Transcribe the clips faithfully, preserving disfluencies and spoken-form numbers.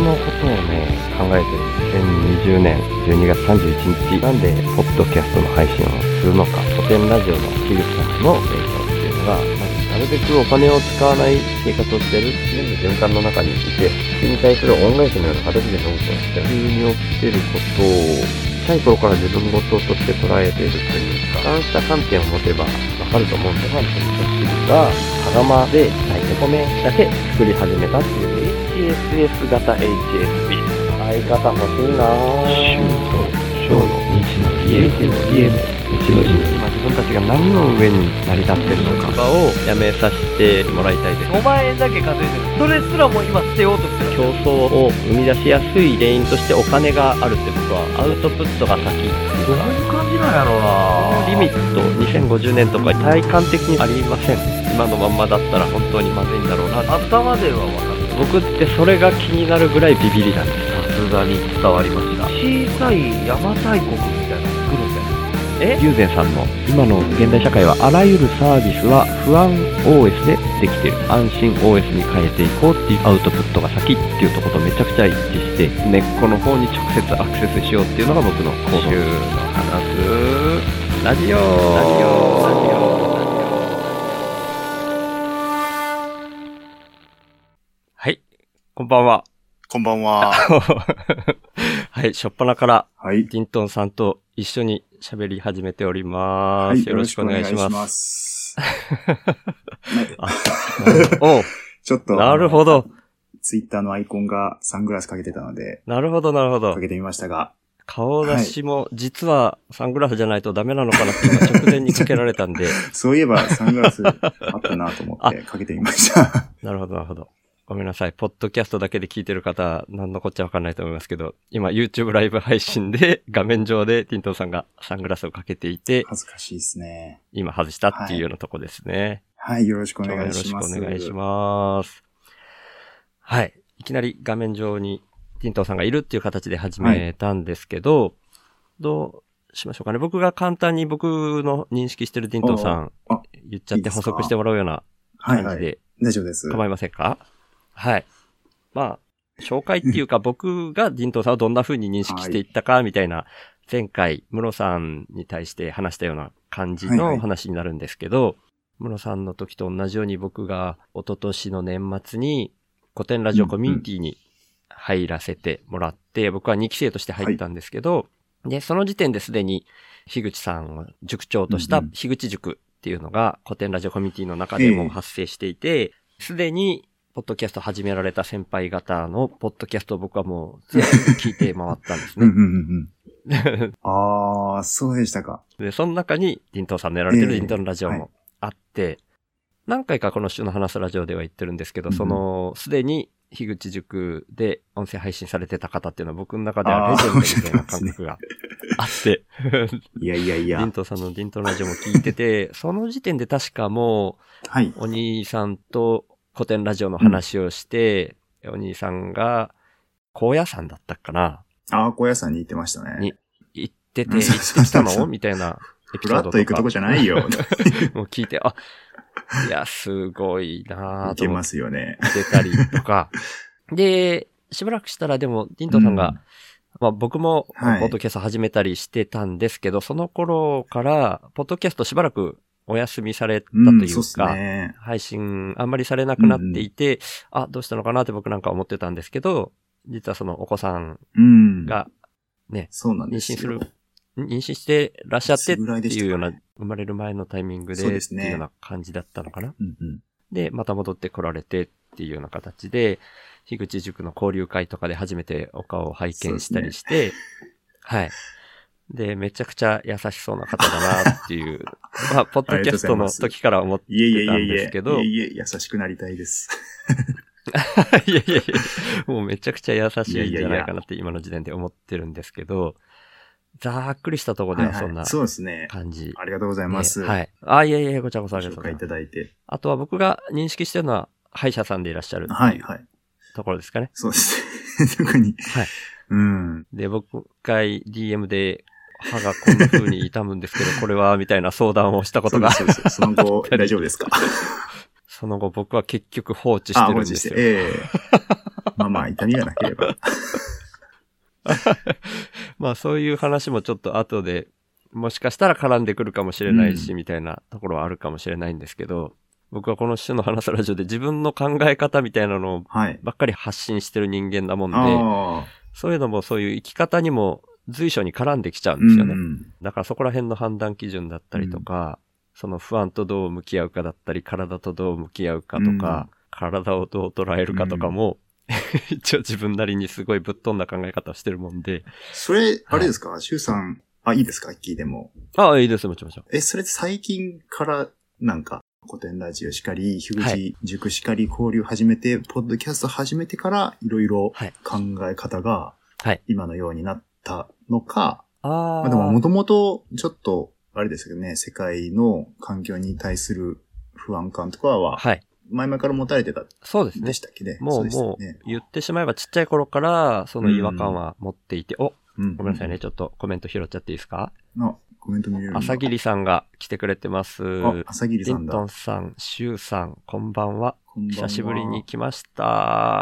のことをね、考えてる。にせんにじゅうねんじゅうにがつさんじゅういちにち、なんでポッドキャストの配信をするのか、古典ラジオの樋口さんの勉強っていうのが、まずなるべくお金を使わない生活をしてる全部循環の中にいて、それに対する恩返しのような形でノートをして、急に起きてることを小さい頃から自分事として捉えているというか、そうした観点を持てばわかると思うんですが、私が羽釜で炊いて米だけ作り始めたっていう エイチエスエス 型 エイチエスピー 相方欲しいなぁ。 シュート、ショーの日の家、日の家の日の家。 今自分たちが何の上に成り立ってるのかをやめさせてもらいたいです。 ごまんえんだけ稼いでる。それすらも今捨てようとしてる。 競争を生み出しやすい原因としてお金があるって僕はアウトプットが先っていうどういう感じなんやろうな。 リミットにせんごじゅうねんとか体感的にありません。今のまんまだったら本当にまずいんだろうな。 頭では分かる。 僕ってそれが気になるぐらいビビりなんです。 さすがに伝わりました。小さい邪馬台国みたいなの作るんだよ。 え友禅さんの今の現代社会はあらゆるサービスは不安 オーエス でできている、安心 オーエス に変えていこうっていうアウトプットが先っていうところとめちゃくちゃ一致して、根っこの方に直接アクセスしようっていうのが僕の行動。週の話すラジオラジオラジオはい、こんばんは。 こんばんは。 はい、しょっぱなから、 はい、 ティントンさんと一緒に喋り始めております。はい、よろしくお願いします。 あおうちょっと。 なるほど。 ツイッターのアイコンがサングラスかけてたので。 なるほど、なるほど。 かけてみましたが。 顔出しも、実はサングラスじゃないとダメなのかなって今直前にかけられたんで。 そういえばサングラスあったなと思ってかけてみました。 なるほど、なるほど。ごめんなさい。ポッドキャストだけで聞いてる方、何のこっちゃわかんないと思いますけど、今 YouTube ライブ配信で画面上でティントンさんがサングラスをかけていて、 恥ずかしいですね。 今外したっていうようなとこですね。 はい、はい、よろしくお願いします。 よろしくお願いします。はい。いきなり画面上にティントンさんがいるっていう形で始めたんですけど、はい、どうしましょうかね。僕が簡単に僕の認識してるティントンさん、言っちゃって補足してもらうような感じで、はいはい、 大丈夫です。 構いませんか？はい。まあ、紹介っていうか僕がディントンさんをどんな風に認識していったかみたいな、前回、ムロさんに対して話したような感じの話になるんですけど、はいはい、ムロさんの時と同じように僕が一昨年の年末に古典ラジオコミュニティに入らせてもらって、うんうん、僕はにき生として入ったんですけど、はい、で、その時点ですでに樋口さんを塾長とした樋口塾っていうのが古典ラジオコミュニティの中でも発生していて、すでにポッドキャスト始められた先輩方のポッドキャストを僕はもう全部聞いて回ったんですね。うんうんうん、ああ、そうでしたか。 で、その中にディントンさんのやられてるディントンラジオもあって、えーはい、何回かこの週の話すラジオでは言ってるんですけど、うん、その、すでに樋口塾で音声配信されてた方っていうのは僕の中ではレジェンドみたいな感覚があって、 いやいやいや。 ディントンさんのディントンラジオも聞いてて、その時点で確かもう、はい、お兄さんと古典ラジオの話をして、うん、お兄さんが、高野山だったかな。 ああ、高野山に行ってましたね。 に、行ってて、行ってきたのみたいなエピソードとか。フラッと行くとこじゃないよ。 もう聞いて、あ、いや、すごいなぁと思って。 行けますよね。 出たりとか。で、しばらくしたらでも、ディントンさんが、うん、まあ僕も、ポッドキャスト始めたりしてたんですけど、はい、その頃から、ポッドキャストしばらく、お休みされたというか、うんね、配信あんまりされなくなっていて、うんうん、あ、どうしたのかなって僕なんか思ってたんですけど、実はそのお子さんがね、うん、 そうなんです妊娠する、妊娠してらっしゃってっていうような、生まれる前のタイミングでっていうような感じだったのかな。 うんうん、 で、また戻ってこられてっていうような形で、樋口塾の交流会とかで初めてお顔を拝見したりして、ね、はい。で、めちゃくちゃ優しそうな方だなっていう、まあ、ポッドキャストの時から思ってたんですけど。 いえいえいえ、優しくなりたいです。 いやいやいや、もうめちゃくちゃ優しいんじゃないかなって今の時点で思ってるんですけど、ざっくりしたところではそんな感じ、はいはい、 そうですね。ありがとうございます。 ね、はい。あ、いやいや、こちらこそありがとうございます。 ご紹介いただいて。 あとは僕が認識してるのは、歯医者さんでいらっしゃる。 はいはい。 ところですかね。 そうですね。特に。 はい。 うん。 で、僕が ディーエム で、歯がこんな風に痛むんですけど、これは、みたいな相談をしたことが。 そうですそうです。その後、大丈夫ですか？ その後、僕は結局放置してるんですよ。 あ、放置して。ええー。 まあまあ、痛みがなければ。 まあそういう話もちょっと後で、もしかしたら絡んでくるかもしれないし、うん、みたいなところはあるかもしれないんですけど、僕はこの週の話すラジオで自分の考え方みたいなのをばっかり発信してる人間なもんで、はい、そういうのもそういう生き方にも随所に絡んできちゃうんですよね。うん、だからそこら辺の判断基準だったりとか、うん、その不安とどう向き合うかだったり、体とどう向き合うかとか、うん、体をどう捉えるかとかも、うん、一応自分なりにすごいぶっ飛んだ考え方をしてるもんで。 それ、あれですか、シュウさん、あ、いいですか聞いても。 ああ、いいです、もちろん。 え、それって最近からなんか、古典ラジオしかり、樋口塾しかり、交流始めて、はい、ポッドキャスト始めてから、いろいろ考え方が、今のようになったのか、はい、あまあ、でももともと、ちょっと、あれですけどね、世界の環境に対する不安感とかは、はい。前々から持たれてた。 そうですね。 でしたっけね。 もう、ね、もう、言ってしまえばちっちゃい頃から、その違和感は持っていて、うん、お、うん、ごめんなさいね、ちょっとコメント拾っちゃっていいですか？ あ、コメント見れる。 朝霧さんが来てくれてます。 あ、朝霧さんだ。 リントンさん、シュウさん、こんばんは。こんばんは。久しぶりに来ました。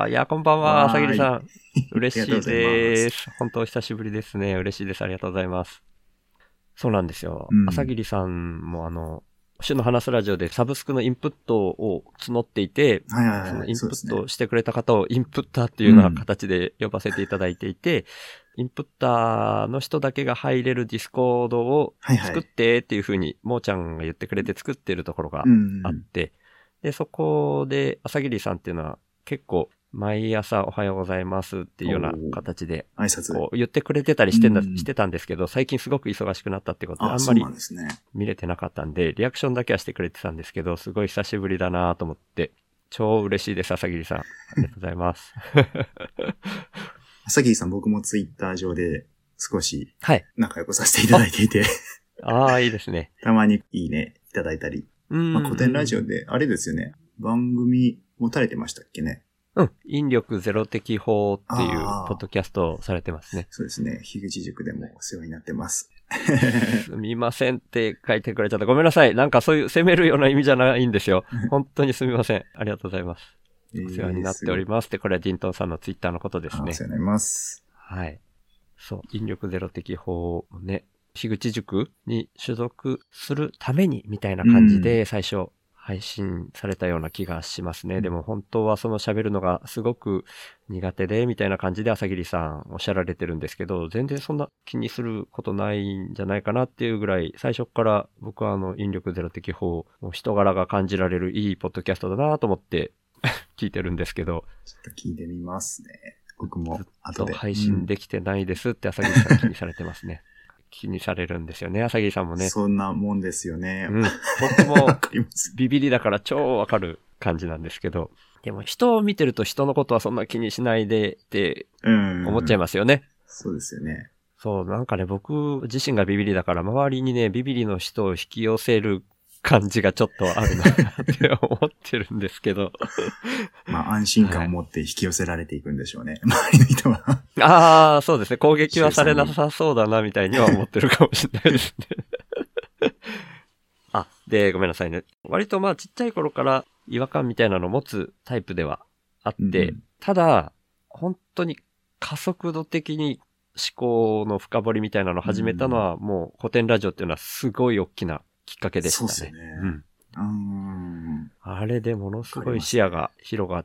いや、こんばんは、朝霧さん。嬉しいです。本当久しぶりですね。嬉しいです。ありがとうございます。そうなんですよ。うん、朝霧さんもあの、週の話すラジオでサブスクのインプットを募っていて、 はいはいはい、 そのインプットしてくれた方をインプッターっていうような形で呼ばせていただいていて、うん、インプッターの人だけが入れるディスコードを作ってっていう風に、もーちゃんが言ってくれて作ってるところがあって、うんうん、で、そこで朝霧さんっていうのは結構毎朝おはようございますっていうような形で挨拶こう言ってくれてたりしてんだ、うん、してたんですけど、最近すごく忙しくなったってことであんまり見れてなかったんで、リアクションだけはしてくれてたんですけど、すごい久しぶりだなと思って、超嬉しいです、朝霧さん。ありがとうございます。 朝霧さん、僕もツイッター上で少し仲良くさせていただいていて、 はい、ああ、いいですね。 たまにいいねいただいたり。まあ、古典ラジオで、あれですよね、番組持たれてましたっけね。 うん。引力ゼロ的法っていうポッドキャストをされてますね。 そうですね。樋口塾でもお世話になってます。 すみませんって書いてくれちゃった。ごめんなさい。なんかそういう責めるような意味じゃないんですよ。本当にすみません。ありがとうございます。お世話になっております。で、これはディントンさんのツイッターのことですね。 お世話になります。 はい。そう。引力ゼロ的法をね、樋口塾に所属するためにみたいな感じで最初、うん配信されたような気がしますね。でも本当はその喋るのがすごく苦手でみたいな感じで朝霧さんおっしゃられてるんですけど、全然そんな気にすることないんじゃないかなっていうぐらい、最初から僕はあの引力ゼロ的法の人柄が感じられるいいポッドキャストだなと思って聞いてるんですけど。 ちょっと聞いてみますね。僕も後で。ずっと配信できてないですって朝霧さん気にされてますね。気にされるんですよね、朝霧さんもね。 そんなもんですよね。 うん。僕もビビりだから超わかる感じなんですけど、でも人を見てると人のことはそんな気にしないでって思っちゃいますよね。 そうですよね。 そう、なんかね、僕自身がビビりだから周りにね、ビビりの人を引き寄せる感じがちょっとあるなって思ってるんですけど。 まあ安心感を持って引き寄せられていくんでしょうね。はい、周りの人は。 ああ、そうですね。攻撃はされなさそうだなみたいには思ってるかもしれないですね。あ、で、ごめんなさいね。割とまあちっちゃい頃から違和感みたいなのを持つタイプではあって、うん、ただ、本当に加速度的に思考の深掘りみたいなのを始めたのは、うん、もう古典ラジオっていうのはすごい大きなきっかけでしたね。 そうですね。うん。うんあれでものすごい視野が広がって、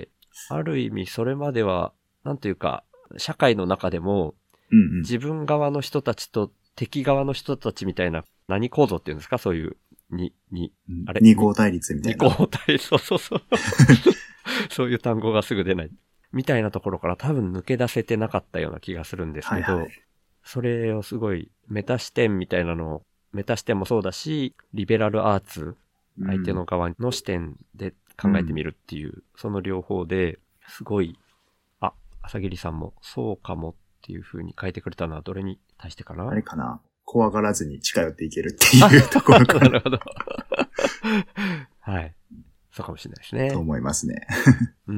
ある意味それまでは、なんていうか、社会の中でも、うんうん、自分側の人たちと敵側の人たちみたいな、何構造っていうんですかそういう、に、に、 あれ二項対立みたいな。 二項対立、そうそうそう。そういう単語がすぐ出ない。みたいなところから多分抜け出せてなかったような気がするんですけど、はいはい、それをすごいメタ視点みたいなのを、メタ視点もそうだし、リベラルアーツ、相手の側の視点で考えてみるっていう、うん、その両方ですごい、あ、朝霧さんもそうかもっていう風に書いてくれたのはどれに対してかな？ あれかな？怖がらずに近寄っていけるっていうところかな。 なるほど。はい。そうかもしれないですね。 と思いますね。 うん。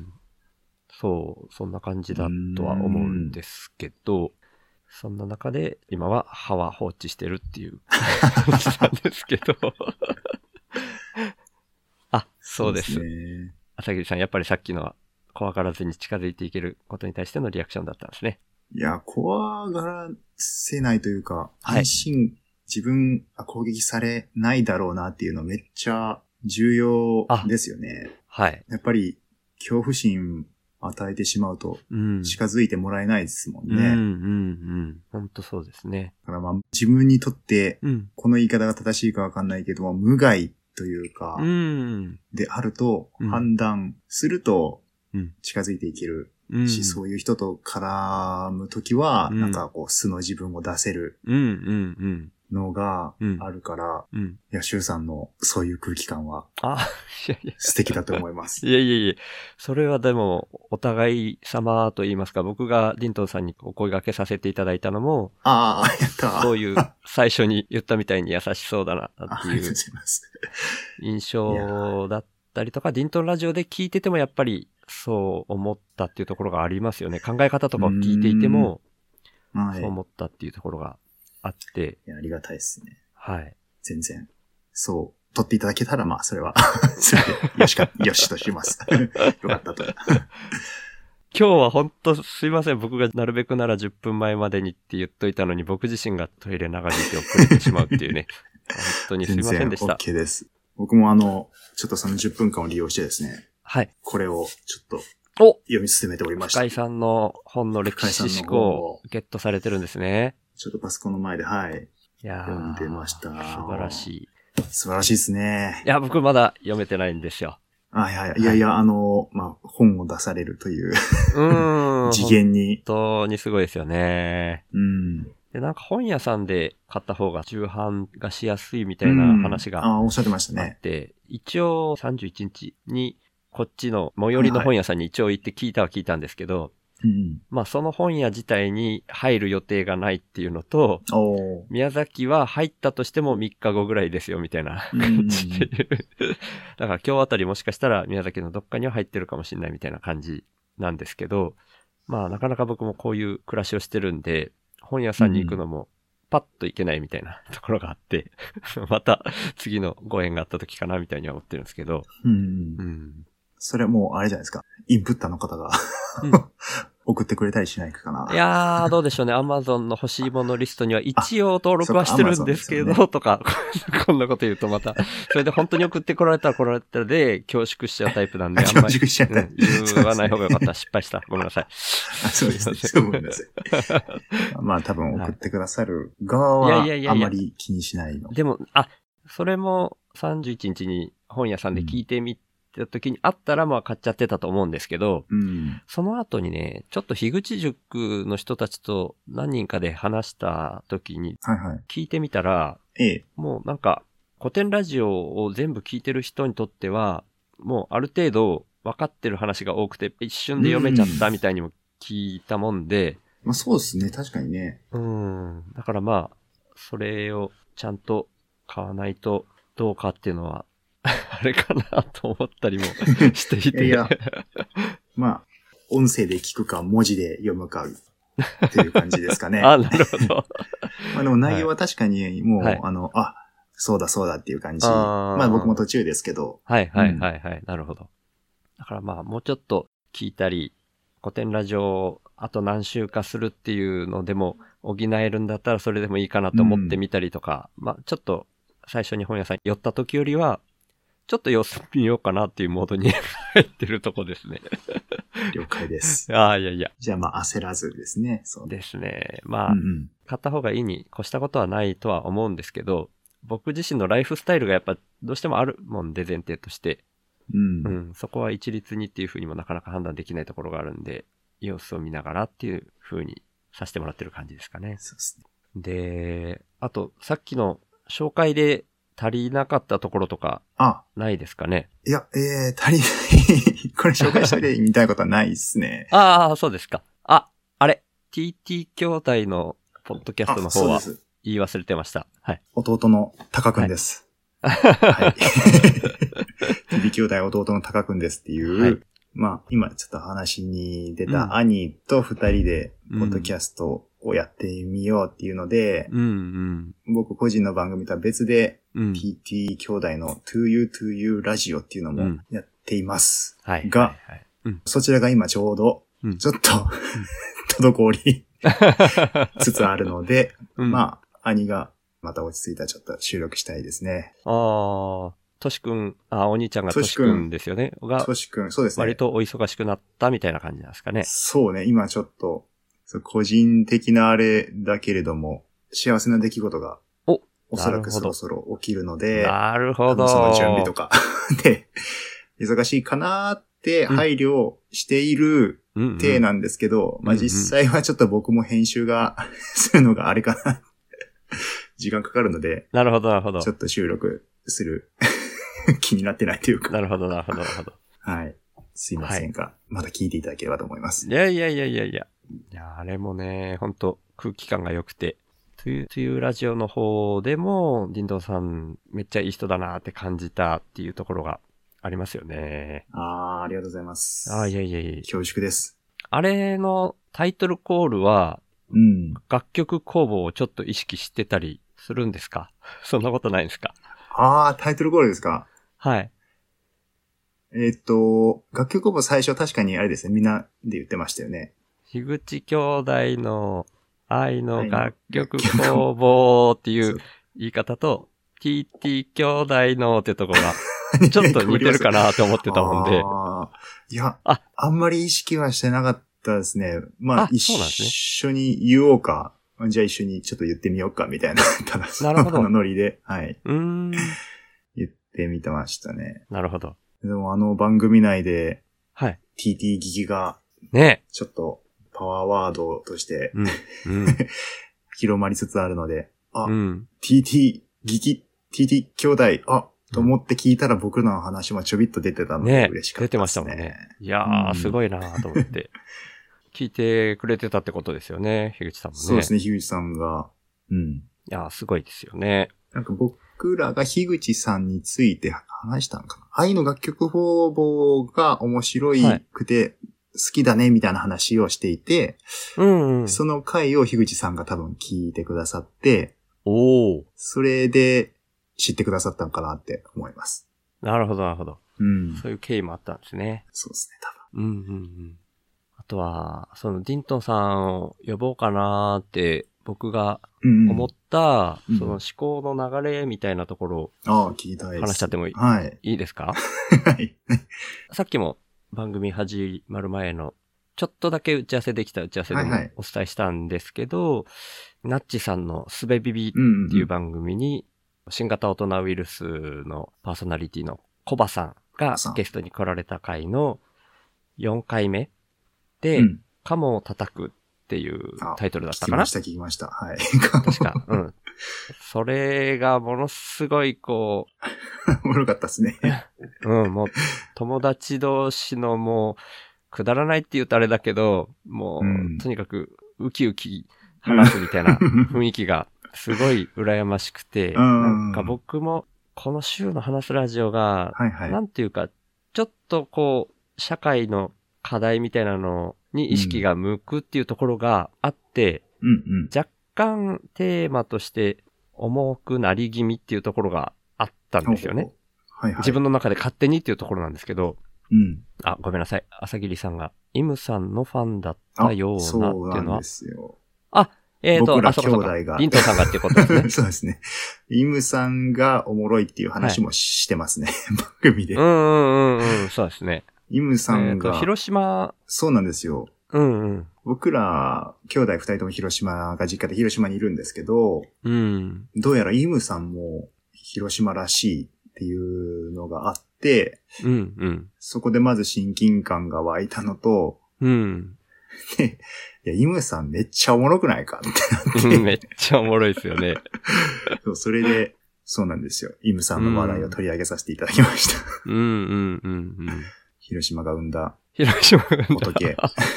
そう、そんな感じだとは思うんですけど、そんな中で今は歯は放置してるっていう感じなんですけど。あ、そうです。そうですね、朝霧さん、やっぱりさっきのは怖がらずに近づいていけることに対してのリアクションだったんですね。 いや、怖がらせないというか、 はい安心、自分が攻撃されないだろうなっていうのめっちゃ重要ですよね。 はい。 やっぱり恐怖心与えてしまうと近づいてもらえないですもんね。 うん、うん、うん。本当そうですね。 だからまあ自分にとって、この言い方が正しいかわかんないけども、無害というか、 うん、 であると判断すると近づいていける。 うん、 し、そういう人と絡むときは、うん、なんかこう素の自分を出せるのがあるから、うんうんうん、いや、シュウさんのそういう空気感は素敵だと思います。 いやいやいや、それはでもお互い様と言いますか、僕がディントンさんにお声掛けさせていただいたのも、 ああ、やった。 そういう最初に言ったみたいに優しそうだなっていう印象だったりとか、ディントンラジオで聞いててもやっぱりそう思ったっていうところがありますよね。考え方とかを聞いていても、そう思ったっていうところがあって。 いや、ありがたいですね。 はい。 全然。そう。取っていただけたら、まあ、それは、それで、よしか、よしとします。よかったと。今日は本当すいません。僕がなるべくならじゅっぷんまえまでにって言っといたのに、僕自身がトイレ長引いて遅れてしまうっていうね。本当にすいませんでした。 OK です。僕もあの、ちょっとそのじゅっぷんかんを利用してですね。 はい。 これをちょっと読み進めておりました。 深井さんの本の歴史思考をゲットされてるんですね。 ちょっとパソコンの前で、はい。 いや読んでました。 素晴らしい。 素晴らしいですね。 いや、僕まだ読めてないんですよ。 あ、いやいや、いやいや、あの、まあ、本を出されるといううん。次元に。 本当にすごいですよね。 うん。 で、なんか本屋さんで買った方が重版がしやすいみたいな話が、うん、 あ、おっしゃってましたね。 で、一応さんじゅういちにちにこっちの最寄りの本屋さんに一応行って聞いたは聞いたんですけど、 うん、 まあその本屋自体に入る予定がないっていうのと、宮崎は入ったとしてもみっかごぐらいですよみたいな感じで、うん、だから今日あたりもしかしたら宮崎のどっかには入ってるかもしれないみたいな感じなんですけど、まあなかなか僕もこういう暮らしをしてるんで、本屋さんに行くのもパッと行けないみたいなところがあって、うん、また次のご縁があった時かなみたいには思ってるんですけど、 うんうん、それはもうあれじゃないですか。インプッターの方が、うん、送ってくれたりしないかな。 いやー、どうでしょうね。Amazon の欲しいものリストには一応登録はしてるんですけど、ね、とか、こんなこと言うとまた、それで本当に送ってこられたら来られたらで、恐縮しちゃうタイプなんで、あんまり。 恐縮しちゃうタイプ。 言わない方がよかった。失敗した。ごめんなさい。 あ、そうですね。そうごめんなさい。まあ多分送ってくださる側は、あまり気にしないの。 でも、あ、それもさんじゅういちにちに本屋さんで聞いてみて、た時にあったらまあ買っちゃってたと思うんですけど、 うん、 その後にね、ちょっと樋口塾の人たちと何人かで話した時に聞いてみたら、 はいはい、 もうなんか古典ラジオを全部聞いてる人にとっては、もうある程度分かってる話が多くて一瞬で読めちゃったみたいにも聞いたもんで、 うん、まあそうですね、確かにね。 うん、だからまあそれをちゃんと買わないとどうかっていうのはあれかなと思ったりもしていて。 いやいや、まあ、音声で聞くか文字で読むかっていう感じですかね。 あ、なるほど。 まあでも内容は確かにもう、はい、あの、あ、そうだそうだっていう感じ。あまあ僕も途中ですけど。 はいはいはいはい、うん、なるほど。だからまあもうちょっと聞いたり、古典ラジオをあと何週かするっていうのでも補えるんだったらそれでもいいかなと思ってみたりとか、うん、まあちょっと最初に本屋さんに寄った時よりは、ちょっと様子見ようかなっていうモードに入ってるとこですね。 了解です。 ああ、いやいや。 じゃあまあ焦らずですね。 そうですね。まあ、うんうん、買った方がいいに越したことはないとは思うんですけど、僕自身のライフスタイルがやっぱどうしてもあるもんで前提として、 うんうん、そこは一律にっていうふうにもなかなか判断できないところがあるんで、様子を見ながらっていうふうにさせてもらってる感じですかね。 そうですね。 で、あとさっきの紹介で足りなかったところとか、ないですかね。 いや、えー、足りない。これ紹介しといてみたいことはないですね。 ああ、そうですか。あ、あれ、ティーティー 兄弟のポッドキャストの方は言い忘れてました。はい。 弟のタカくんです。はい。はい、ティーティー 兄弟弟のタカくんですっていう、はい、まあ、今ちょっと話に出た兄と二人でポッドキャストをやってみようっていうので、 うんうん、 僕個人の番組とは別で、うん、ティーティー 兄弟の To You To You ラジオっていうのもやっています。 うん、はい。 が、 はいはい、 うん、 そちらが今ちょうど、ちょっと、うん、滞りつつあるので、うん、まあ、兄がまた落ち着いたらちょっと収録したいですね。 ああ、としくん、あ、お兄ちゃんがとしくんですよね。が、 としくん、そうですね。 割とお忙しくなったみたいな感じなんですかね。 そうね、今ちょっと、個人的なあれだけれども、幸せな出来事が、お、おそらくそろそろ起きるので、 なるほど。 その準備とかで、忙しいかなーって配慮している体なんですけど、うんうん、まあ実際はちょっと僕も編集がするのがあれかな。時間かかるので、 なるほど、なるほど。 ちょっと収録する気になってないというか。 なるほど、なるほど、なるほど。 はい。すいませんが、はい、また聞いていただければと思います。 いやいやいやいやいや。いや、あれもね、ほんと空気感が良くて、という、というラジオの方でも、ディンドンさんめっちゃいい人だなって感じたっていうところがありますよね。 ああ、ありがとうございます。 ああ、いやいやいや。 恐縮です。 あれのタイトルコールは、うん、楽曲公募をちょっと意識してたりするんですか？そんなことないんですか？ ああ、タイトルコールですか？ はい。 えー、っと、楽曲公募最初確かにあれですね、みんなで言ってましたよね。 樋口兄弟の愛の楽曲公募っていう言い方と、ティーティー 兄弟のってとこが、ちょっと似てるかなと思ってたもんで。 あいやあ、あんまり意識はしてなかったですね。まあ、あ一緒に言おうか。じゃあ一緒にちょっと言ってみようかみたいな。ただそのノリで、はい。うーん。言ってみてましたね。 なるほど。 でもあの番組内で、 はい。 ティーティー 聞きが、 ね。 ちょっとパワーワードとして、 うんうん、 広まりつつあるので、あ、 うん、 ティーティー 聞き、ティーティー 兄弟、あ、と思って聞いたら僕の話もちょびっと出てたので嬉しかったですね。 ね、出てましたもんね。いやー、うん、すごいなーと思って。聞いてくれてたってことですよね、樋口さんもね。 そうですね、樋口さんが。うん。 いやー、すごいですよね。 なんか僕らが樋口さんについて話したのかな。愛の楽曲方々が面白いくて好きだねみたいな話をしていて、 うんうん、 その回を樋口さんが多分聞いてくださって、 おー。 それで知ってくださったのかなって思います。 なるほど、なるほど。 うん。 そういう経緯もあったんですね。 そうですね、多分。うんうんうん。あとは、そのディントンさんを呼ぼうかなーって僕が思った、うんうん、その思考の流れみたいなところを、 ああ、聞きたいです。 話しちゃってもいい、 はい、 いいですか？ はい。 さっきも番組始まる前の、ちょっとだけ打ち合わせできた打ち合わせでもお伝えしたんですけど、はいはい、ナッチさんのすべビビっていう番組に、うんうんうん、新型大人ウイルスのパーソナリティのコバさんがゲストに来られた回のよんかいめで、うん、カモを叩くっていうタイトルだったかな？ 聞きました、聞きました。はい。 確か。うん。それがものすごいこう。おもろかったですね。 うん、もう友達同士のもう、くだらないって言うとあれだけど、もう、うん、とにかくウキウキ話すみたいな雰囲気がすごい羨ましくて、なんか僕もこの週の話すラジオが、 はいはい、 なんていうか、ちょっとこう、社会の課題みたいなのに意識が向くっていうところがあって、 うんうん、 若干テーマとして重くなり気味っていうところがあったんですよね。 はいはい、 自分の中で勝手にっていうところなんですけど、 うん、 あ、ごめんなさい。朝霧さんがイムさんのファンだったようなっていうのは。 そうなんですよ。 あ、えっ、ー、と、 僕ら兄弟が。 リントさんがっていうことですね。 そうですね。イムさんがおもろいっていう話もしてますね。はい、番組で。 うんうんうんうん。そうですね。 イムさんが、 えー、広島。 そうなんですよ。 うんうん。 僕ら、兄弟二人とも広島が実家で広島にいるんですけど、 うん。 どうやらイムさんも広島らしいっていうのがあって、 うんうん。 そこでまず親近感が湧いたのと、 うん。 で、いや、イムさんめっちゃおもろくないかってなって。 めっちゃおもろいですよね。 そう、それで、そうなんですよ。イムさんの話題を取り上げさせていただきました。 うんうんうんうん。 広島が生んだ。 広島が生んだ。 仏。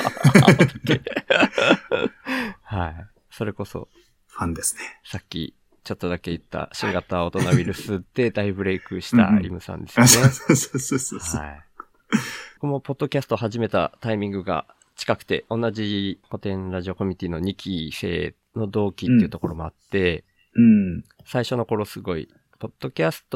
はい。それこそ。 ファンですね。 さっき、ちょっとだけ言った新型大人ウイルスで大ブレイクしたイムさんですよね。 そうそうそうそうそう。 はい。僕もポッドキャスト始めたタイミングが近くて、同じ古典ラジオコミュニティのにき生の同期っていうところもあって、 うん。 最初の頃すごい、ポッドキャストで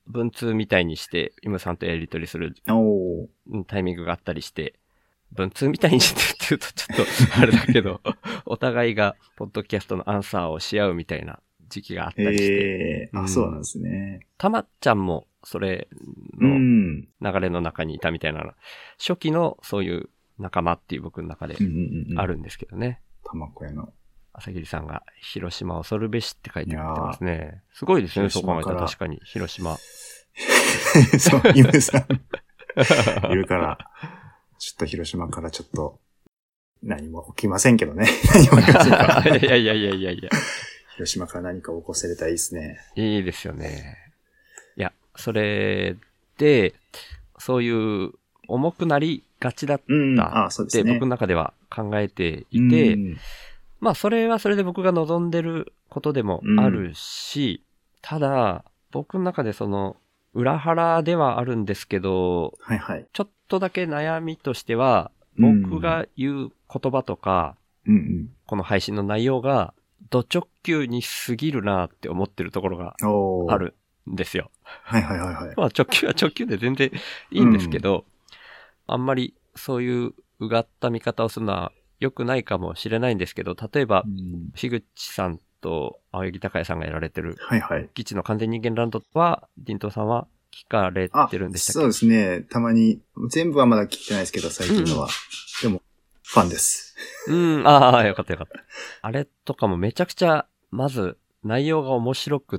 文通みたいにして、イムさんとやり取りするタイミングがあったりして、文通みたいにしてって言うとちょっとあれだけど、お互いがポッドキャストのアンサーをし合うみたいな時期があったりして。 えー、あ、うん、そうなんですね。 たまっちゃんもそれの流れの中にいたみたいな、うん、初期のそういう仲間っていう僕の中であるんですけどね。 たまこやの。 朝霧さんが広島恐るべしって書いてくれてますね。すごいですね、そう考えたら確かに。広島。 そう、イムさんいるから、ちょっと広島からちょっと何も起きませんけどね。何も起きませんから。 いやいやいやいやいや。 広島から何か起こせれたらいいですね。 いいですよね。いや、それで、そういう重くなりがちだったって僕の中では考えていて、うん、まあそれはそれで僕が望んでることでもあるし、うん、ただ僕の中でその裏腹ではあるんですけど、 はいはい、 ちょっとだけ悩みとしては、僕が言う言葉とか、 うんうん、 この配信の内容がド直球に過ぎるなって思ってるところがあるんですよ。 はいはいはいはい。 まあ直球は直球で全然いいんですけど、うん、あんまりそういううがった見方をするのは良くないかもしれないんですけど、例えば、うん、樋口さんと青柳高也さんがやられてる、 はいはい。 基地の完全人間ランドは、ディントさんは聞かれてるんでしたっけ？ そうですね。たまに、全部はまだ聞いてないですけど、最近のは。うん、でも、ファンです。 うん、ああ、よかったよかった。あれとかもめちゃくちゃ、まず、内容が面白くって、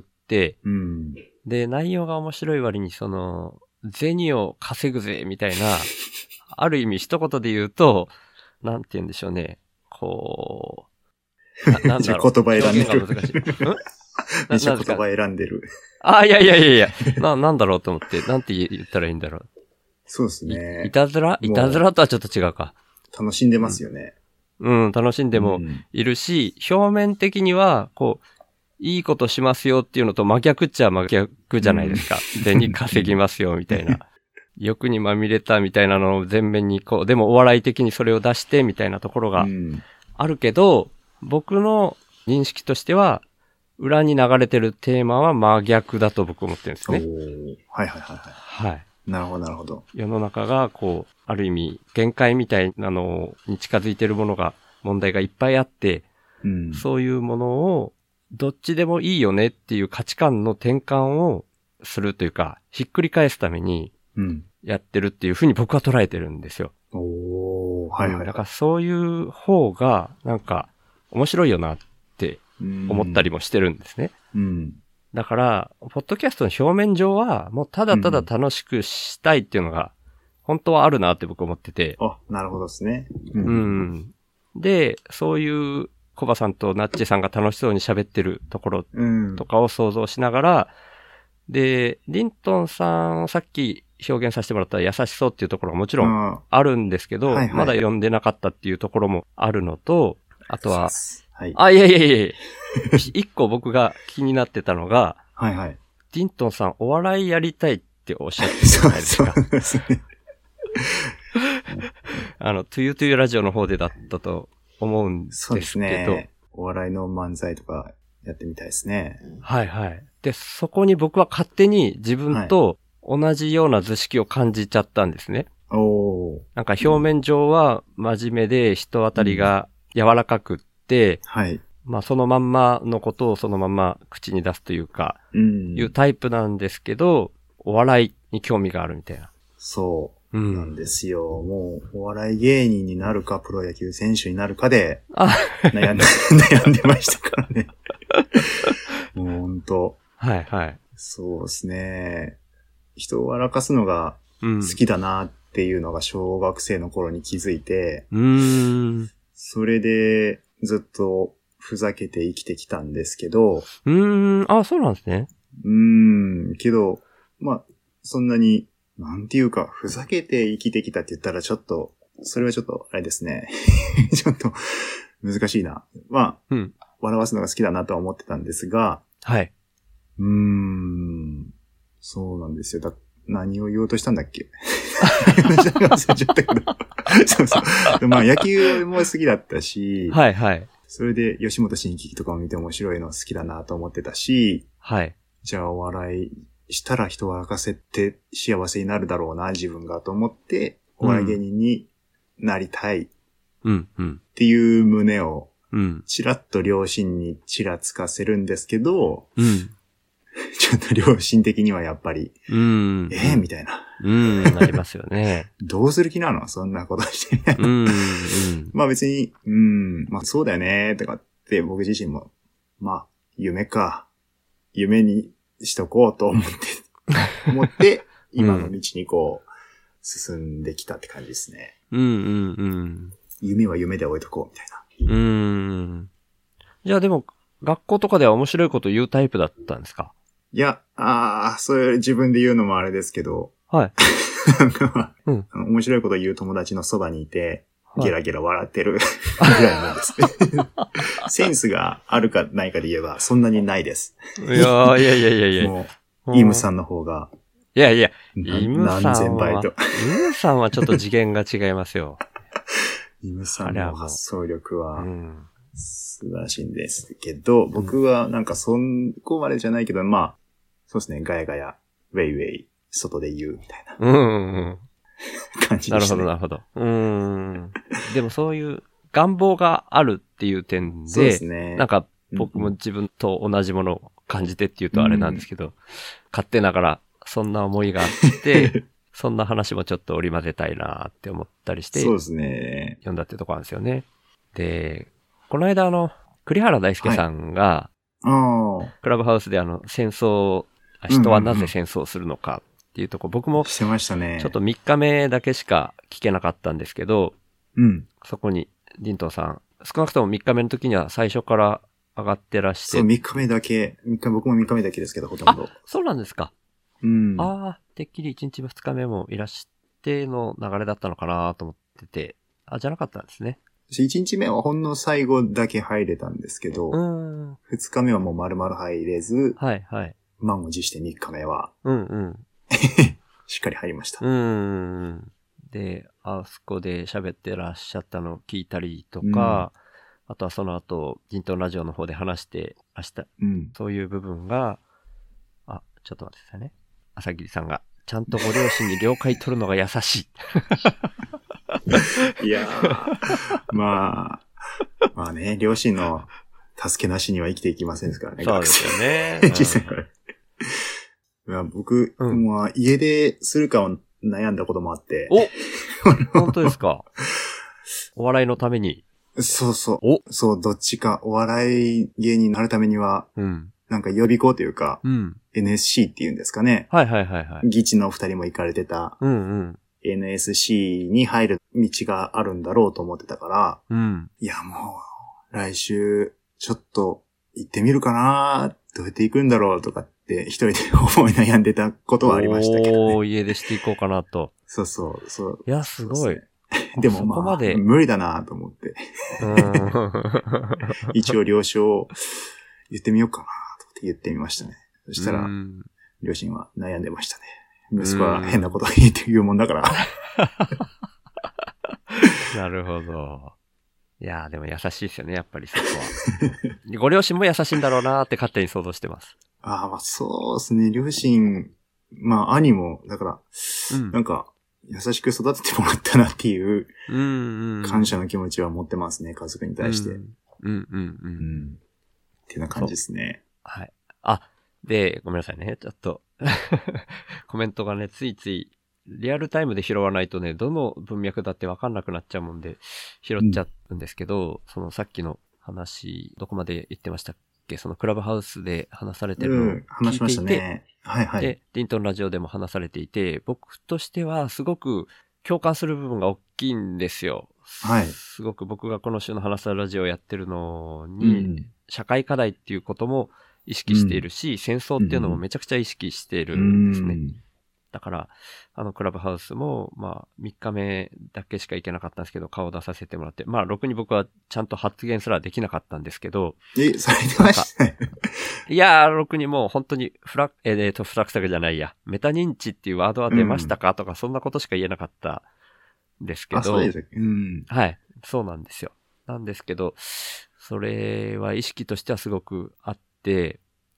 うん、 で、内容が面白い割に、その、銭を稼ぐぜ、みたいな、ある意味一言で言うと、なんて言うんでしょうね。こう、ななんだろう。 言葉選んでる。 難しい。んめっちゃ言葉選んでる。 あ、いやいやいやいや、な、なんだろうと思って、なんて言ったらいいんだろう。 そうですね。 い, いたずらいたずらとはちょっと違うか。 楽しんでますよね。 うん、うん、楽しんでもいるし、うん、表面的には、こう、いいことしますよっていうのと真逆っちゃ真逆じゃないですか。銭、うん、稼ぎますよ、みたいな。欲にまみれたみたいなのを前面にこう、でもお笑い的にそれを出してみたいなところがあるけど、うん、僕の認識としては、裏に流れてるテーマは真逆だと僕思ってるんですね。 はいはいはいはい。 はい。 なるほどなるほど。 世の中がこう、ある意味限界みたいなのに近づいてるものが、問題がいっぱいあって、 うん、 そういうものをどっちでもいいよねっていう価値観の転換をするというか、ひっくり返すためにやってるっていうふうに僕は捉えてるんですよ。 おー、はいはい。 だからそういう方がなんか面白いよなって思ったりもしてるんですね。 うん、 だから、ポッドキャストの表面上はもうただただ楽しくしたいっていうのが本当はあるなって僕思ってて。 あ、なるほどですね。 うん。うんで、そういうコバさんとナッチさんが楽しそうに喋ってるところとかを想像しながら、うん、で、リントンさん、さっき表現させてもらった優しそうっていうところがもちろんあるんですけど、はいはい、まだ読んでなかったっていうところもあるのと、あとは、 はい、 あ、いやいやいやいや一個僕が気になってたのが、 はいはい、 リントンさんお笑いやりたいっておっしゃってたじゃないですか。 そうですね。 あの、トゥユトゥユラジオの方でだったと思うんですけど。そうですね。 お笑いの漫才とかやってみたいですね。 はいはい。で、そこに僕は勝手に自分と同じような図式を感じちゃったんですね。 はい、おー。 なんか表面上は真面目で人当たりが柔らかくって、うん、 はい。 まあそのまんまのことをそのまま口に出すというか、 うん、 いうタイプなんですけど、お笑いに興味があるみたいな。 そう。なんですよ。うん、もう、お笑い芸人になるか、プロ野球選手になるかで、悩んで、悩んでましたからね。もうほんと。 はいはい。 そうですね。人を笑かすのが好きだなっていうのが小学生の頃に気づいて、 うーん、 それでずっとふざけて生きてきたんですけど。 うーん、あ、そうなんですね。 うーん、けど、まあ、そんなに、なんていうか、ふざけて生きてきたって言ったらちょっと、それはちょっと、あれですね。ちょっと、難しいな。まあ、 うん、 笑わすのが好きだなとは思ってたんですが、 はい。 うーん、そうなんですよ。だ何を言おうとしたんだっけ忘れちゃったけど。そうそう。まあ、野球も好きだったし、 はいはい。 それで、吉本新喜劇とかを見て面白いの好きだなと思ってたし、 はい。 じゃあ、お笑いしたら人を沸かせて幸せになるだろうな、自分がと思って、お笑い芸人になりたいっていう旨を、ちらっと両親にちらつかせるんですけど、うん、ちょっと両親的にはやっぱり、うん、えー、みたいな。 うん、なりますよね。 どうする気なのそんなことして。うんうん、まあ別に、うん、まあそうだよね、とかって僕自身も、まあ夢か、夢にしとこうと思って、思って、今の道にこう、進んできたって感じですね。うんうんうん。夢は夢で置いとこうみたいな。うーん。じゃあでも、学校とかでは面白いこと言うタイプだったんですか？ いや、ああ、それ自分で言うのもあれですけど。はい。なんか、うん、面白いこと言う友達のそばにいて、ゲラゲラ笑ってるぐらいなんですね。センスがあるかないかで言えば、そんなにないです。 いやー、いやいやいやいや。もう、イムさんの方が。 いやいや、イムさんは、何千倍と。イムさんはちょっと次元が違いますよ。 イムさんの発想力は素晴らしいんですけど、うん、僕はなんかそこまでじゃないけど、まあ、そうですね、ガヤガヤ、ウェイウェイ、外で言うみたいな、うんうんうん、感じでしたね。 なるほど、なるほど。うーん。でもそういう願望があるっていう点で、そうですね、なんか僕も自分と同じものを感じてっていうとあれなんですけど、うん、勝手ながらそんな思いがあって、そんな話もちょっと織り交ぜたいなって思ったりして、 そうですね。 読んだってとこなんですよね。で、この間あの、栗原大輔さんが、はい、クラブハウスであの、戦争、人はなぜ戦争をするのかっていうとこ、うんうんうん、僕も、 してましたね。 ちょっとみっかめだけしか聞けなかったんですけど、うん。そこに、ディントンさん、少なくともみっかめの時には最初から上がってらして。 そう、みっかめだけ、みっか、僕もみっかめだけですけど、ほとんど。 あ、そうなんですか。うん。ああ、てっきりいちにちめふつかめもいらしての流れだったのかなと思ってて、あ、じゃなかったんですね。 いちにちめはほんの最後だけ入れたんですけど、うん、ふつかめはもう丸々入れず、はいはい。満を持してみっかめは、うんうん。しっかり入りました。うん。 で、あそこで喋ってらっしゃったのを聞いたりとか、うん、あとはその後、ジントンラジオの方で話してました。うん、そういう部分が、あ、ちょっと待ってくださいね。朝霧さんが、ちゃんとご両親に了解取るのが優しい。いやー、まあ、まあね、両親の助けなしには生きていきませんですからね。 そうですよね。 実際から。いや僕、うん、まあ、家でするかを悩んだこともあって。 お本当ですか。お笑いのために。 そうそう。おそう、どっちか。お笑い芸人になるためには、うん、なんか予備校というか、うん、エヌエスシー っていうんですかね。 はいはいはいはい。 議事のお二人も行かれてた、うんうん、エヌエスシー に入る道があるんだろうと思ってたから、うん、いやもう、来週、ちょっと行ってみるかな、どうやって行くんだろうとかって一人で思い悩んでたことはありましたけどね。 おー、家出していこうかなと。 そうそう、そう。 いや、すごい。 で, でもまあ、ま無理だなと思って。一応了承言ってみようかな。って言ってみましたね。そしたら、両親は悩んでましたね。息子は変なこと言って言うもんだから。 なるほど。いやーでも優しいですよね、やっぱりそこは。ご両親も優しいんだろうなーって勝手に想像してます。 ああ、まあそうですね。両親、まあ兄も、だから、うん、なんか、優しく育ててもらったなっていう、感謝の気持ちは持ってますね、家族に対して。うん、うん、うん、うん。ってな感じですね。 はい。あ、で、ごめんなさいね。ちょっと、コメントがね、ついつい、リアルタイムで拾わないとね、どの文脈だってわかんなくなっちゃうもんで、拾っちゃうんですけど、うん、そのさっきの話、どこまで言ってましたっけ？そのクラブハウスで話されてるのを聞いていて、うん、 話しましたね。はいはい。 で、ディントンラジオでも話されていて、僕としてはすごく共感する部分が大きいんですよ。はい。すごく僕がこの週の話すラジオをやってるのに、うん、社会課題っていうことも意識しているし、うん、戦争っていうのもめちゃくちゃ意識しているんですね。うん、だから、あのクラブハウスも、まあ、みっかめだけしか行けなかったんですけど、顔を出させてもらって、まあ、ろくに僕はちゃんと発言すらできなかったんですけど。 え、されてましたね。 いやー、ろくにもう本当にフラ、えーと、フラクタルじゃないや、メタ認知っていうワードは出ましたか、うん、とか、そんなことしか言えなかったんですけど。あ、 そうですうん。 はい、そうなんですよ。なんですけど、それは意識としてはすごくあって、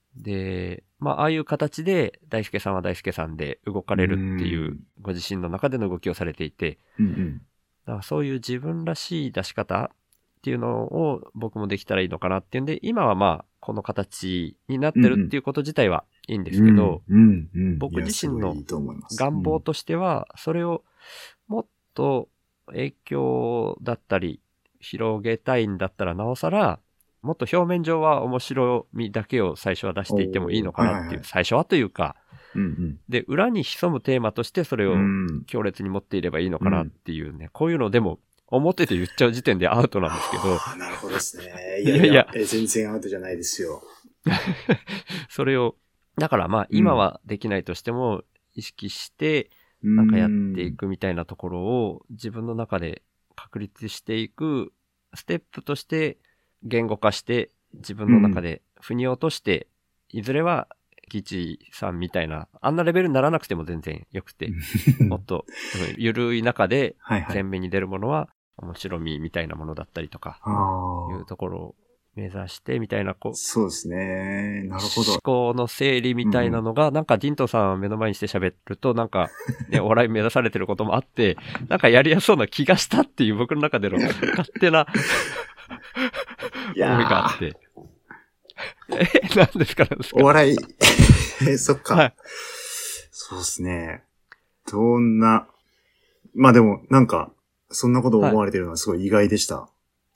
で、まあ、ああいう形で大輔さんは大輔さんで動かれるっていうご自身の中での動きをされていて、 うんうん、 だからそういう自分らしい出し方っていうのを僕もできたらいいのかなっていうんで、今はまあこの形になってるっていうこと自体はいいんですけど、 うんうんうん、 僕自身の願望としてはそれをもっと影響だったり広げたいんだったらなおさらもっと表面上は面白みだけを最初は出していってもいいのかなっていう、はいはいはい、最初はというか、 うんうん、で裏に潜むテーマとしてそれを強烈に持っていればいいのかなっていうね、うん、こういうのでも表で言っちゃう時点でアウトなんですけど。 なるほどですね。いやいや、いやいや全然アウトじゃないですよ。 それをだからまあ今はできないとしても意識してなんかやっていくみたいなところを自分の中で確立していくステップとして言語化して自分の中で腑に落として、うん、いずれはギチさんみたいなあんなレベルにならなくても全然よくてもっとゆるい中で前面に出るものは面白みみたいなものだったりとかいうところを目指してみたいなこうそうですね、なるほど、 思考の整理みたいなのが、うん、なんかディントさんを目の前にして喋るとなんか、ね、お笑い目指されてることもあってなんかやりやすそうな気がしたっていう僕の中での勝手な思いがあって。え、何ですかですかお笑い、え、そっか。はい、そうですね。どんな、まあでも、なんか、そんなことを思われてるのはすごい意外でした。はい、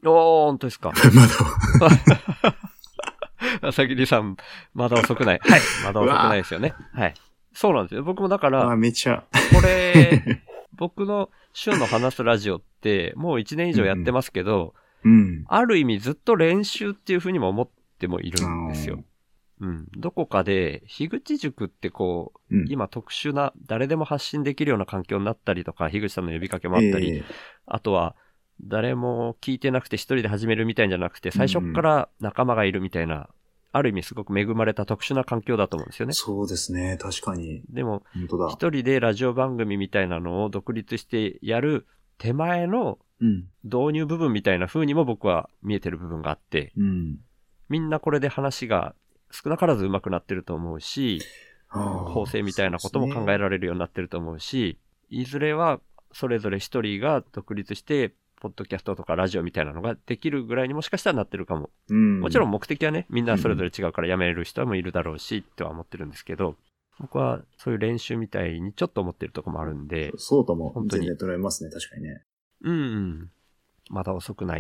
おー、本当ですか。 まだ。 朝霧さん、まだ遅くない。はい。まだ遅くないですよね。はい。そうなんですよ。僕もだから、 あ、めちゃ。 これ、僕の週の話すラジオって、もういちねん以上やってますけど、 うんうん、 ある意味ずっと練習っていうふうにも思ってもいるんですよ。うん。どこかで、樋口塾ってこう、うん、今特殊な、誰でも発信できるような環境になったりとか、樋口さんの呼びかけもあったり、えー、あとは、誰も聞いてなくて一人で始めるみたいんじゃなくて、最初から仲間がいるみたいな、うん、ある意味すごく恵まれた特殊な環境だと思うんですよね。 そうですね、確かに。 でも、一人でラジオ番組みたいなのを独立してやる手前の導入部分みたいな風にも僕は見えてる部分があって、 うん、 みんなこれで話が少なからず上手くなってると思うし、構成みたいなことも考えられるようになってると思うし、いずれはそれぞれ一人が独立して、ポッドキャストとかラジオみたいなのができるぐらいにもしかしたらなってるかも。 うん、 もちろん目的はね、みんなそれぞれ違うから辞めれる人もいるだろうし、っては思ってるんですけど、僕はそういう練習みたいにちょっと思ってるとこもあるんで。 そうとも、本当に全然捉えますね、確かにね。 うんうん。まだ遅くない。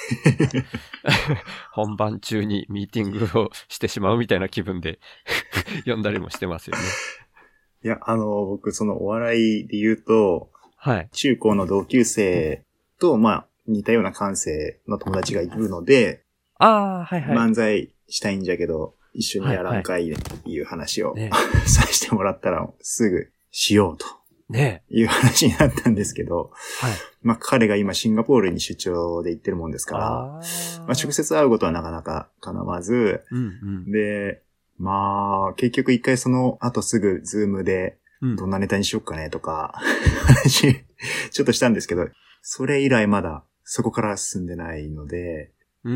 本番中にミーティングをしてしまうみたいな気分で読んだりもしてますよね。 いや、あの、僕、そのお笑いで言うと、 はい。 中高の同級生と、まあ、似たような感性の友達がいるので、 ああ、はいはい。 漫才したいんじゃけど、一緒にやらんかいっていう話を、はいはい、させてもらったら、すぐしようと。 ねえ。いう話になったんですけど、 はい。 まあ彼が今シンガポールに出張で行ってるもんですから、あまあ直接会うことはなかなか叶わず、 うんうん、 で、まあ結局一回その後すぐズームで、どんなネタにしよっかねとか、話、うん、ちょっとしたんですけど、それ以来まだそこから進んでないので、 うん、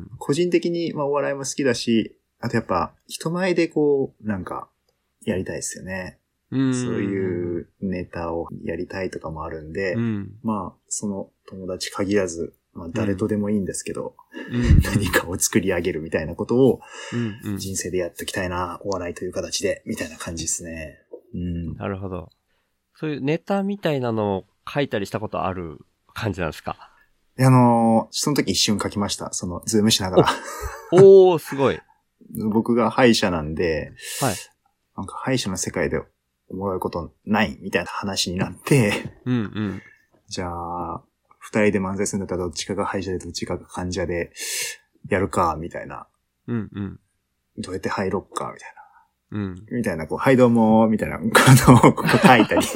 個人的にまあお笑いも好きだし、あとやっぱ人前でこう、なんかやりたいですよね。 うん、 そういうネタをやりたいとかもあるんで、 うん、 まあ、その友達限らず、まあ誰とでもいいんですけど、 うん、 何かを作り上げるみたいなことを、 うん、 人生でやっておきたいな、お笑いという形で、みたいな感じですね。うん、 なるほど。そういうネタみたいなのを書いたりしたことある感じなんですか？ あのー、その時一瞬書きました。その、ズームしながら。 お, おー、すごい。 僕が歯医者なんで、 はい。 なんか歯医者の世界でおもろいことないみたいな話になって、 うんうん。 じゃあ、二人で漫才するんだったらどっちかが歯医者でどっちかが患者でやるか、みたいな。 うんうん。 どうやって入ろっか、みたいな。 うん。 みたいな、こう、はいどうも、みたいなことをここ書いたり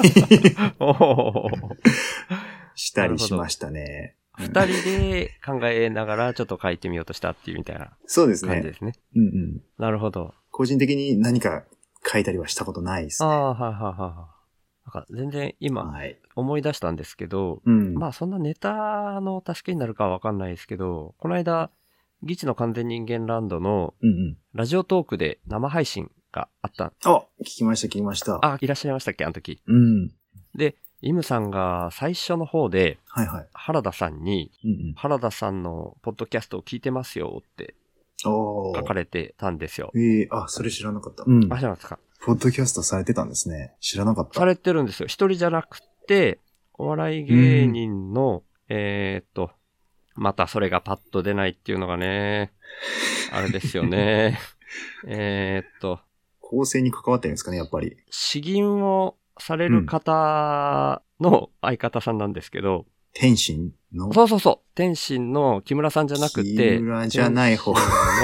したりしましたね。 二人で考えながらちょっと書いてみようとしたっていうみたいな感じですね。 そうですね。 ですね。 うんうん。 なるほど。 個人的に何か書いたりはしたことないですね。 ああ、はいはいはいはい。なんか全然今思い出したんですけど、 うん、 まあそんなネタの助けになるかはわかんないですけど、この間ギチの完全人間ランドのうんうん。 ラジオトークで生配信があった。 あ、聞きました聞きました。 あ、いらっしゃいましたっけあの時。 うん。 で、イムさんが最初の方で、 はいはい。 原田さんに、 うんうん、 原田さんのポッドキャストを聞いてますよって書かれてたんですよ。 ええー、あ、それ知らなかった。うん。 あ、知らなかったか。 ポッドキャストされてたんですね。知らなかった。 されてるんですよ。一人じゃなくて、お笑い芸人の、えー、っと、またそれがパッと出ないっていうのがね、あれですよね。えっと。 構成に関わってるんですかね、やっぱり。 詩吟をされる方の相方さんなんですけど。 天心のそうそうそう。天心の木村さんじゃなくて。 木村じゃない方の。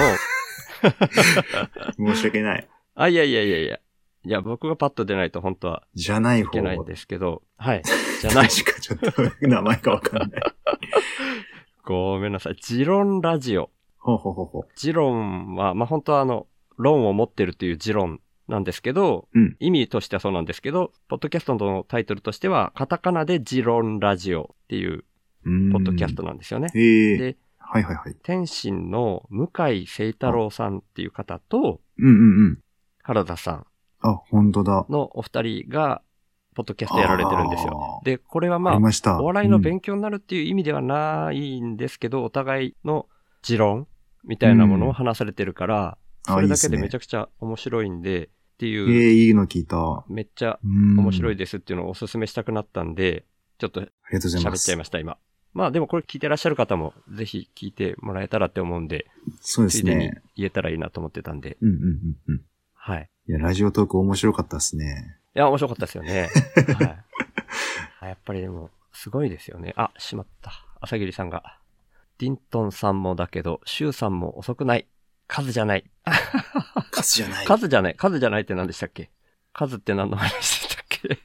申し訳ない。 あ、いやいやいやいや。いや、僕がパッと出ないと本当は。 じゃない方。 いけないんですけど。はい。じゃない。 確かちょっと名前がわかんない。 ごめんなさい。ジロンラジオ。 ほうほうほうほう。 ジロンは、まあ、本当はあの、論を持ってるというジロンなんですけど、 うん、 意味としてはそうなんですけど、ポッドキャストのタイトルとしては、カタカナでジロンラジオっていう、ポッドキャストなんですよね。 へー。 で、 はいはいはい。 天心の向井聖太郎さんっていう方と、 うんうんうん。 原田さん。 あ、本当だ。 のお二人が、ポッドキャストやられてるんですよ。で、これはまあ、 あお笑いの勉強になるっていう意味ではないんですけど、うん、お互いの持論みたいなものを話されてるから、うん、それだけでめちゃくちゃ面白いんで、っていう。 ええ、いいの聞いた。 めっちゃ面白いですっていうのをお勧めしたくなったんで、ちょっと喋っちゃいました、今。まあでもこれ聞いてらっしゃる方もぜひ聞いてもらえたらって思うんで、 そうですね。 ついでに言えたらいいなと思ってたんで。 うんうんうんうん。 はい。 いや、ラジオトーク面白かったですね。 いや、面白かったですよね。はい。やっぱりでも、すごいですよね。あ、しまった。朝霧さんが。ディントンさんもだけど、シュウさんも遅くない。カズじゃない。 カズじゃない。 カズじゃない。カズじゃないって何でしたっけ？カズって何の話でしたっけ？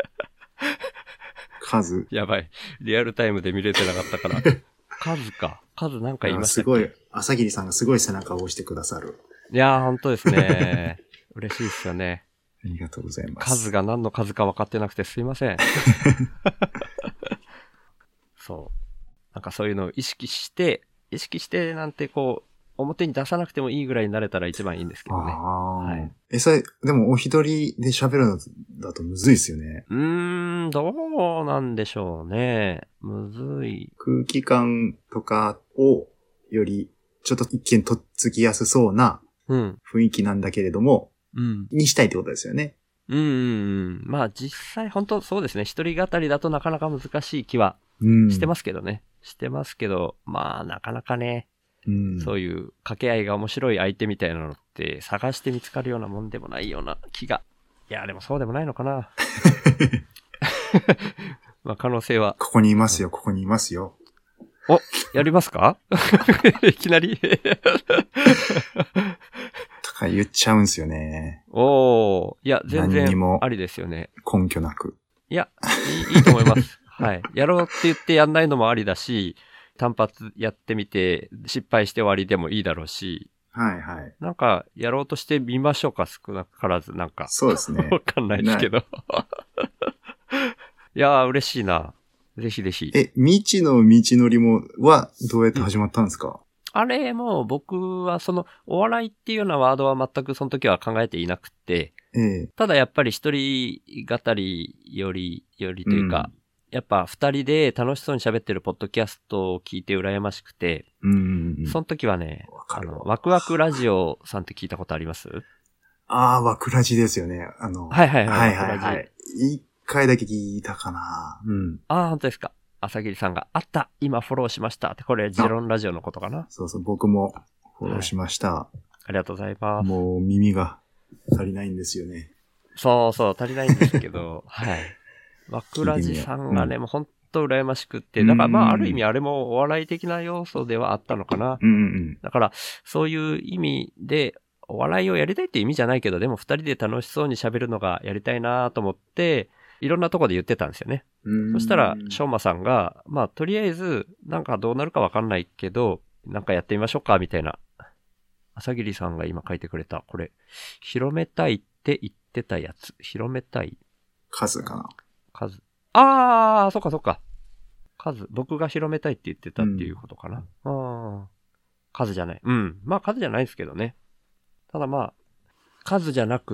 カズ。 やばい。リアルタイムで見れてなかったから。カズか。カズなんか言いましたっけ？ すごい。朝霧さんがすごい背中を押してくださる。 いやー、ほんとですね。嬉しいですよね。 ありがとうございます。 数が何の数か分かってなくてすいません。そう。なんかそういうのを意識して、意識してなんてこう、表に出さなくてもいいぐらいになれたら一番いいんですけどね。はい。 え、それ、でもお一人で喋るのだとむずいですよね。 うーん、どうなんでしょうね。むずい。 空気感とかをより、ちょっと一見とっつきやすそうな雰囲気なんだけれども、 うん。 にしたいってことですよね。 うんうんうん。まあ実際本当そうですね。一人語りだとなかなか難しい気はしてますけどね。うん、してますけど、まあなかなかね、うん、そういう掛け合いが面白い相手みたいなのって探して見つかるようなもんでもないような気が。いや、でもそうでもないのかな。まあ可能性は。 ここにいますよ、ここにいますよ。 お、やりますか？いきなりとか言っちゃうんすよね。 おー。いや、全然ありですよね。 根拠なく。 いや、いい、いいと思います。はい。やろうって言ってやんないのもありだし、単発やってみて失敗して終わりでもいいだろうし。 はいはい。 なんか、やろうとしてみましょうか、少なからず、なんか。 そうですね。 わかんないですけど。いやー、嬉しいな。ぜひぜひ。 え、未知の道のりも、は、どうやって始まったんですか？うん、 あれ、もう僕はその、お笑いっていうようなワードは全くその時は考えていなくて、 ええ、 ただやっぱり一人語りより、よりというか、うん、やっぱ二人で楽しそうに喋ってるポッドキャストを聞いて羨ましくて、 うんうんうん、 その時はね、あの、ワクワクラジオさんって聞いたことあります？ ああ、ワクラジですよね。あの、 はいはいはい。 はいはいはい。一回だけ聞いたかな。うん。 ああ、本当ですか。朝霧さんがあった、今フォローしましたって、これジロンラジオのことかな。 そうそう、僕もフォローしました。はい、 ありがとうございます。 もう耳が足りないんですよね。 そうそう、足りないんですけど、はい。ワクラジさんがね、うん、もう本当羨ましくって、だからまあある意味あれもお笑い的な要素ではあったのかな。 うんうん、 だからそういう意味で、お笑いをやりたいって意味じゃないけど、でも二人で楽しそうに喋るのがやりたいなと思って、いろんなとこで言ってたんですよね。そしたら、しょうまさんが、まあ、とりあえず、なんかどうなるかわかんないけど、なんかやってみましょうか、みたいな。朝霧さんが今書いてくれた、これ、広めたいって言ってたやつ。広めたい。 数かな。 数。あー、そっかそっか。数。僕が広めたいって言ってたっていうことかな。うん、あー。 数じゃない。うん。まあ数じゃないですけどね。ただまあ、数じゃなくって、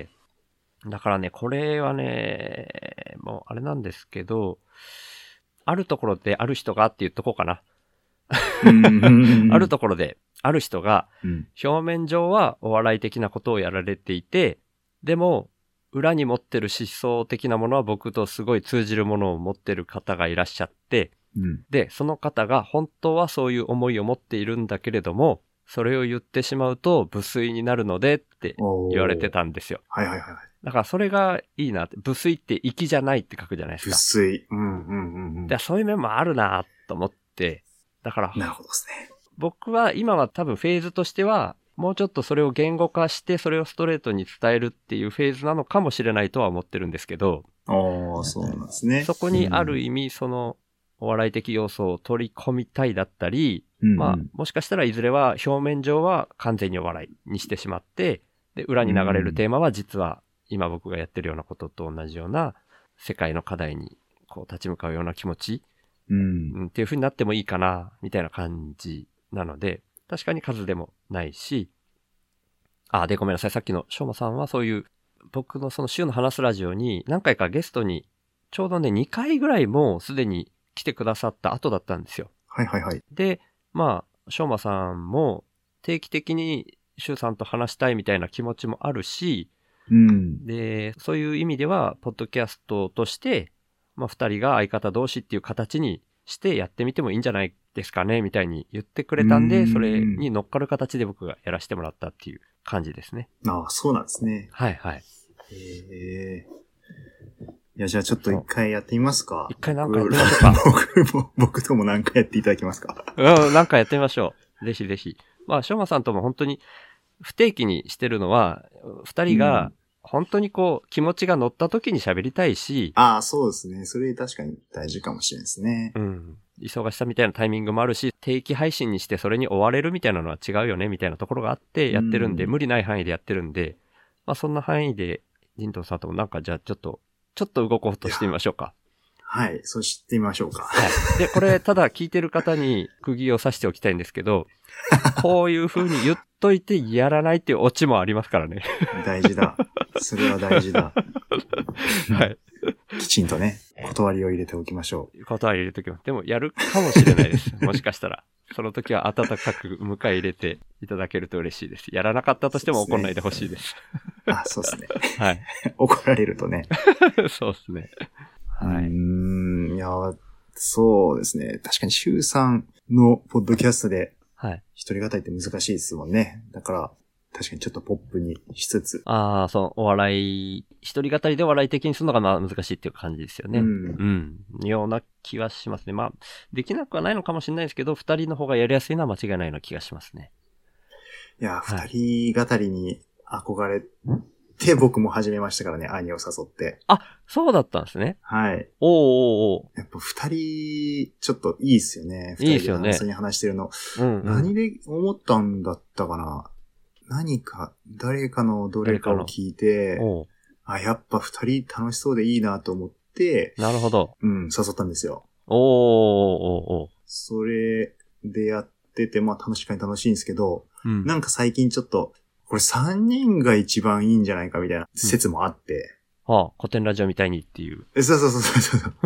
だからね、これはね、もうあれなんですけど、あるところである人がって言っとこうかな。あるところである人が、表面上はお笑い的なことをやられていて、でも、裏に持ってる思想的なものは僕とすごい通じるものを持ってる方がいらっしゃって、うん、で、その方が本当はそういう思いを持っているんだけれども、それを言ってしまうと無粋になるのでって言われてたんですよ。 はいはいはい。 だからそれがいいなって、無粋って粋じゃないって書くじゃないですか。 無粋。うんうんうんうん。 でそういう面もあるなと思って、だから、 なるほどですね。 僕は今は多分フェーズとしては、もうちょっとそれを言語化してそれをストレートに伝えるっていうフェーズなのかもしれないとは思ってるんですけど。 ああ、そうなんですね。 そこにある意味そのお笑い的要素を取り込みたいだったり、うんうん、まあもしかしたらいずれは表面上は完全にお笑いにしてしまって、で裏に流れるテーマは実は今僕がやってるようなことと同じような世界の課題にこう立ち向かうような気持ち、うん、っていう風になってもいいかなみたいな感じなので、確かに数でもないし、あ、でごめんなさい、さっきのしょうまさんはそういう僕のその週の話すラジオに何回かゲストにちょうどねにかいぐらいもうすでに来てくださった後だったんですよ。 はいはいはい。 で、まあしょうまさんも定期的にしゅうさんと話したいみたいな気持ちもあるし、うん、でそういう意味ではポッドキャストとしてまあふたりが相方同士っていう形にしてやってみてもいいんじゃないですかねみたいに言ってくれたんで、それに乗っかる形で僕がやらせてもらったっていう感じですね。 ああ、そうなんですね。 はいはい。 へえ。いや、じゃあちょっと一回やってみますか。 一回何回やってみましょうか。 僕も、僕とも何回やっていただけますか。 うん、何回やってみましょう。ぜひぜひ。まあ、しょうまさんとも本当に不定期にしてるのは、二人が本当にこう気持ちが乗った時に喋りたいし。 うん、ああ、そうですね。それ確かに大事かもしれないですね。 うん。忙しさみたいなタイミングもあるし、定期配信にしてそれに追われるみたいなのは違うよねみたいなところがあってやってるんで、うん、無理ない範囲でやってるんで、まあそんな範囲でジントンさんともなんかじゃあちょっとちょっと動こうとしてみましょうか。 はい、そうしてみましょうか。 はい。でこれただ聞いてる方に釘を刺しておきたいんですけど、こういう風に言っといてやらないっていうオチもありますからね。 大事だ。それは大事だ。 はい。 きちんとね、断りを入れておきましょう。 断り入れておきます。でも、やるかもしれないです。もしかしたら。その時は温かく迎え入れていただけると嬉しいです。やらなかったとしても怒んないでほしいです。 あ、そうですね。 はい。 怒られるとね。 そうですね。 はい。うーん、いや、そうですね。確かに、シュウさんのポッドキャストで、はい。一人語りって難しいですもんね。だから、確かにちょっとポップにしつつ。 ああ、そう、お笑い、一人語りでお笑い的にするのがまあ難しいっていう感じですよね。うん。うん。ような気はしますね。まあ、できなくはないのかもしれないですけど、二人の方がやりやすいのは間違いないような気がしますね。 いや、二、はい、人語りに憧れて僕も始めましたからね、兄を誘って。 あ、そうだったんですね。 はい。 おーおーおー。 やっぱ二人、ちょっといいですよね。 いいですよね。 二人で話してるの。 うんうん、 何で思ったんだったかな。何か、誰かのどれかを聞いて、あ、やっぱ二人楽しそうでいいなと思って、 なるほど。 うん、誘ったんですよ。 おーおーおーおー。 それでやってて、まあ確かに楽しいんですけど、うん、なんか最近ちょっと、これ三人が一番いいんじゃないかみたいな説もあって。 うん、はあ、古典ラジオみたいにっていう。 そうそうそうそうそう。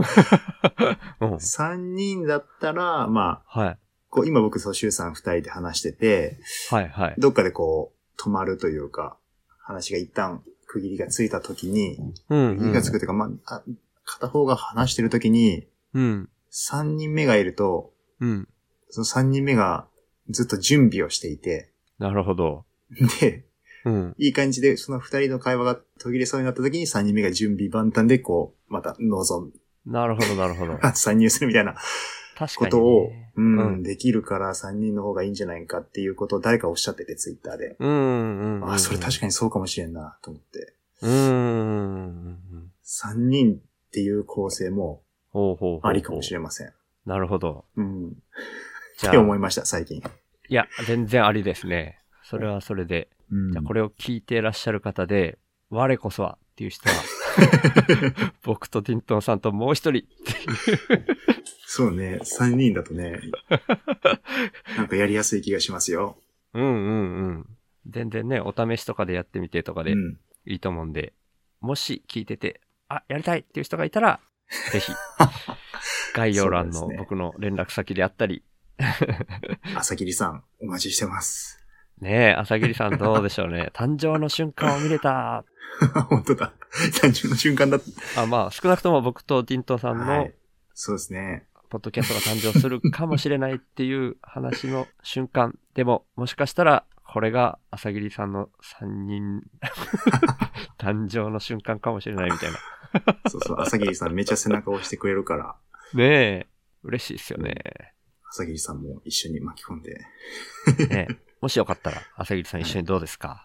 三、うん、人だったら、まあ、はい。こう今僕そう、シュウさん二人で話してて、 はいはい。 どっかでこう、止まるというか、話が一旦区切りがついたときに、うん、うん。区切りがつくというか、まあ、片方が話してるときに、うん。三人目がいると、うん。その三人目がずっと準備をしていて、 なるほど。 で、うん。いい感じで、その二人の会話が途切れそうになったときに三人目が準備万端でこう、また臨む。 なるほどなるほど。 参入するみたいな。 確かに、ね、 ことを、うん、うん、できるからさんにんの方がいいんじゃないかっていうことを誰かおっしゃってて、ツイッターで。 うんうんうんうん、 あ、それ確かにそうかもしれんな、と思って。 うんうんうん、 さんにんっていう構成も、ありかもしれません。 なるほど。 うん。って思いました、最近。いや、全然ありですね。それはそれで。うん、じゃあこれを聞いていらっしゃる方で、我こそはっていう人は、僕とティントンさんともう一人っていう。 そうね。さんにんだとね、なんかやりやすい気がしますよ。 うんうんうん。全然ね、お試しとかでやってみてとかでいいと思うんで、うん、もし聞いてて、あ、やりたいっていう人がいたら、ぜひ、概要欄の僕の連絡先であったり。 朝霧さん、お待ちしてます。 ねえ、朝霧さんどうでしょうね。誕生の瞬間を見れた。 本当だ。誕生の瞬間だった。 あ、まあ、少なくとも僕とディントさんの、はい、 そうですね。 ポッドキャストが誕生するかもしれないっていう話の瞬間。でも、もしかしたら、これが朝霧さんのさんにん誕生の瞬間かもしれないみたいな。 そうそう、朝霧さんめっちゃ背中を押してくれるから。 ねえ、嬉しいですよね。 朝霧さんも一緒に巻き込んで。 ねえ、もしよかったら、朝霧さん一緒にどうですか？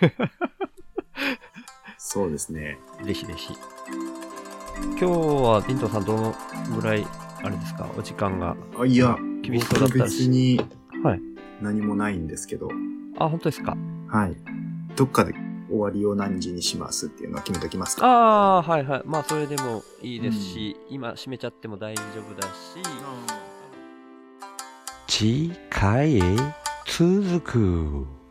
そうですね。 ぜひぜひ。今日はディントさんどのぐらいあれですか、お時間があいや厳しそうだったらし別に何もないんですけど、はい、 あ本当ですか。 はい。どっかで終わりを何時にしますっていうのは決めときますか。 ああはいはい、まあそれでもいいですし、うん、今閉めちゃっても大丈夫だし、次回へ続く。